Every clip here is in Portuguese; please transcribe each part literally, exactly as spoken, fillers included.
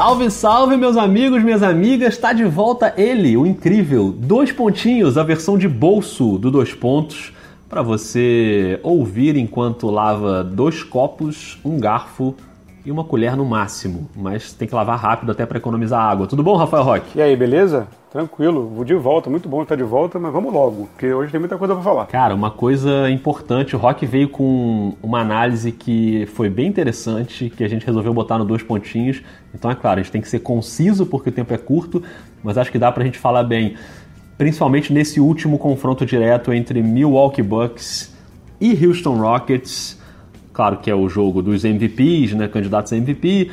Salve, salve, meus amigos, minhas amigas, tá de volta ele, o incrível Dois Pontinhos, a versão de bolso do Dois Pontos, para você ouvir enquanto lava dois copos, um garfo e uma colher no máximo, mas tem que lavar rápido até para economizar água. Tudo bom, Rafael Roque? E aí, beleza? Tranquilo, vou de volta, muito bom estar de volta, mas vamos logo, porque hoje tem muita coisa para falar. Cara, uma coisa importante, o Roque veio com uma análise que foi bem interessante, que a gente resolveu botar no Dois Pontinhos. Então, é claro, a gente tem que ser conciso porque o tempo é curto, mas acho que dá pra gente falar bem, principalmente nesse último confronto direto entre Milwaukee Bucks e Houston Rockets. Claro que é o jogo dos M V Ps, né, candidatos a M V P,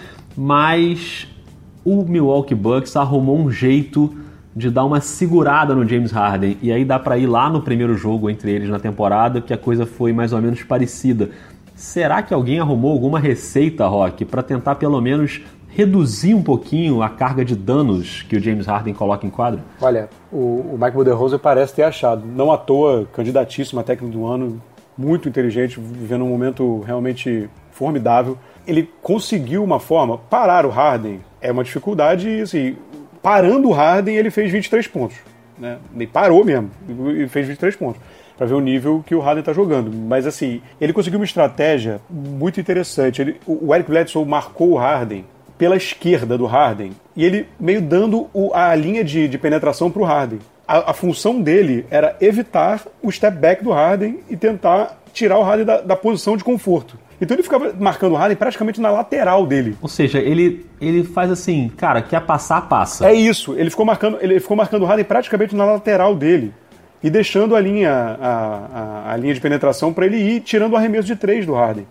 mas o Milwaukee Bucks arrumou um jeito de dar uma segurada no James Harden, e aí dá para ir lá no primeiro jogo entre eles na temporada, que a coisa foi mais ou menos parecida. Será que alguém arrumou alguma receita, Rock, para tentar pelo menos reduzir um pouquinho a carga de danos que o James Harden coloca em quadra? Olha, o, o Mike Budenholzer parece ter achado, não à toa, candidatíssimo a técnico do ano, muito inteligente, vivendo um momento realmente formidável. Ele conseguiu uma forma, parar o Harden é uma dificuldade, e assim, parando o Harden, ele fez vinte e três pontos. Né? Ele parou mesmo e fez vinte e três pontos. Para ver o nível que o Harden está jogando. Mas assim, ele conseguiu uma estratégia muito interessante. Ele, o Eric Bledsoe marcou o Harden pela esquerda do Harden e ele meio dando o, a linha de, de penetração para o Harden. A, a função dele era evitar o step back do Harden e tentar tirar o Harden da, da posição de conforto. Então ele ficava marcando o Harden praticamente na lateral dele. Ou seja, ele, ele faz assim, cara, quer passar, passa. É isso, ele ficou marcando, ele ficou marcando o Harden praticamente na lateral dele e deixando a linha, a, a, a linha de penetração para ele ir tirando o arremesso de três do Harden.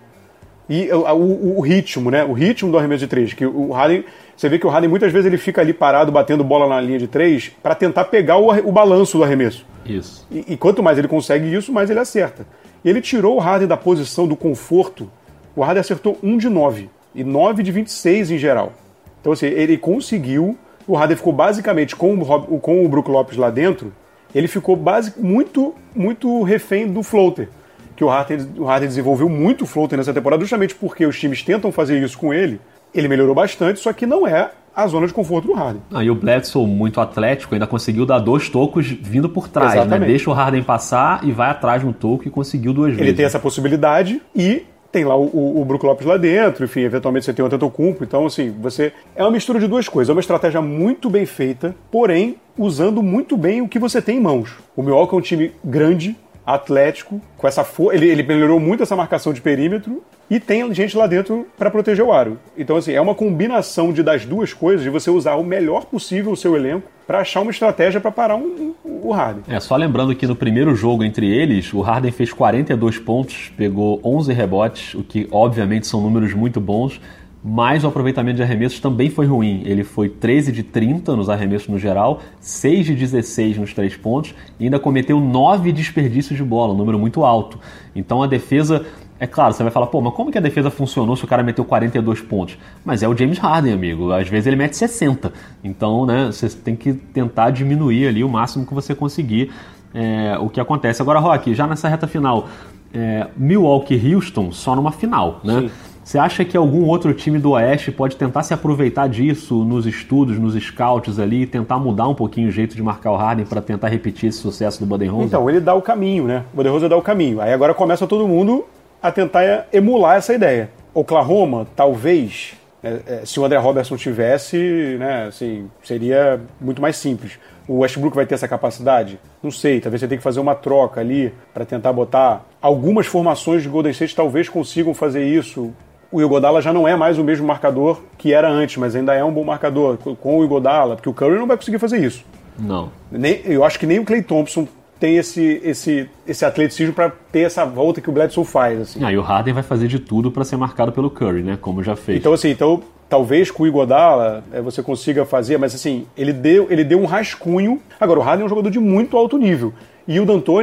E o, o, o ritmo, né? O ritmo do arremesso de três, que o Harden, você vê que o Harden muitas vezes ele fica ali parado batendo bola na linha de três para tentar pegar o, o balanço do arremesso. Isso. E, e quanto mais ele consegue isso, mais ele acerta. E ele tirou o Harden da posição do conforto. O Harden acertou um de nove, e nove de vinte e seis em geral. Então, assim, ele conseguiu, o Harden ficou basicamente com o, com o Brook Lopes lá dentro, ele ficou basic, muito, muito refém do floater, que o Harden, o Harden desenvolveu muito floater nessa temporada, justamente porque os times tentam fazer isso com ele. Ele melhorou bastante, só que não é a zona de conforto do Harden. Ah, e o Bledsoe, muito atlético, ainda conseguiu dar dois tocos vindo por trás, Exatamente. né? Deixa o Harden passar e vai atrás no toco e conseguiu duas vezes. Ele tem essa possibilidade e tem lá o, o, o Brook Lopes lá dentro, enfim, eventualmente você tem o Antetokounmpo, então assim, você... É uma mistura de duas coisas, é uma estratégia muito bem feita, porém, usando muito bem o que você tem em mãos. O Milwaukee é um time grande, atlético, com essa força, ele, ele melhorou muito essa marcação de perímetro e tem gente lá dentro para proteger o aro. Então, assim, é uma combinação de, das duas coisas, de você usar o melhor possível o seu elenco para achar uma estratégia para parar um, um, o Harden. É, só lembrando que no primeiro jogo entre eles, o Harden fez quarenta e dois pontos, pegou onze rebotes, o que obviamente são números muito bons, mas o aproveitamento de arremessos também foi ruim. Ele foi treze de trinta nos arremessos no geral, seis de dezesseis nos três pontos e ainda cometeu nove desperdícios de bola, um número muito alto. Então a defesa... É claro, você vai falar, pô, mas como que a defesa funcionou se o cara meteu quarenta e dois pontos? Mas é o James Harden, amigo. Às vezes ele mete sessenta. Então, né, você tem que tentar diminuir ali o máximo que você conseguir é, o que acontece. Agora, Roque, já nessa reta final, é, Milwaukee e Houston só numa final, né? Sim. Você acha que algum outro time do Oeste pode tentar se aproveitar disso nos estudos, nos scouts ali, e tentar mudar um pouquinho o jeito de marcar o Harden para tentar repetir esse sucesso do Budenholzer? Então, ele dá o caminho, né? O Budenholzer dá o caminho. Aí agora começa todo mundo a tentar emular essa ideia. Oklahoma, talvez, é, é, se o André Robertson tivesse, né, assim, seria muito mais simples. O Westbrook vai ter essa capacidade? Não sei, talvez você tenha que fazer uma troca ali para tentar botar... Algumas formações de Golden State talvez consigam fazer isso. O Iguodala já não é mais o mesmo marcador que era antes, mas ainda é um bom marcador com o Iguodala, porque o Curry não vai conseguir fazer isso. Não. Nem, eu acho que nem o Klay Thompson tem esse, esse, esse atleticismo para ter essa volta que o Bledsoe faz. Assim. Ah, e o Harden vai fazer de tudo para ser marcado pelo Curry, né? Como já fez. Então, assim, então, talvez com o Iguodala é, você consiga fazer, mas assim, ele deu, ele deu um rascunho. Agora, o Harden é um jogador de muito alto nível. E o D'Antoni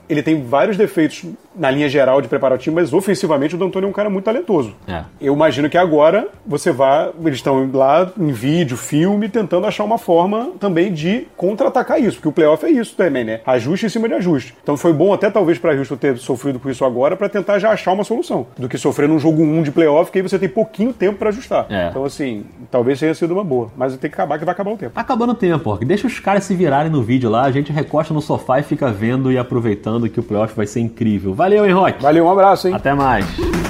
ele tem vários defeitos na linha geral de preparar o time, mas ofensivamente o D'Antoni é um cara muito talentoso. É. Eu imagino que agora você vai, eles estão lá em vídeo, filme, tentando achar uma forma também de contra-atacar isso, porque o playoff é isso também, né? Ajuste em cima de ajuste. Então foi bom até talvez para Houston ter sofrido com isso agora para tentar já achar uma solução, do que sofrer num jogo um de playoff, que aí você tem pouquinho tempo para ajustar. É. Então assim, talvez tenha sido uma boa, mas tem que acabar, que vai acabar o tempo. Tá acabando o tempo, ó. Deixa os caras se virarem no vídeo lá, a gente recosta no sofá e fica vendo e aproveitando que o playoff vai ser incrível. Valeu, hein, Rock? Valeu, um abraço, hein? Até mais.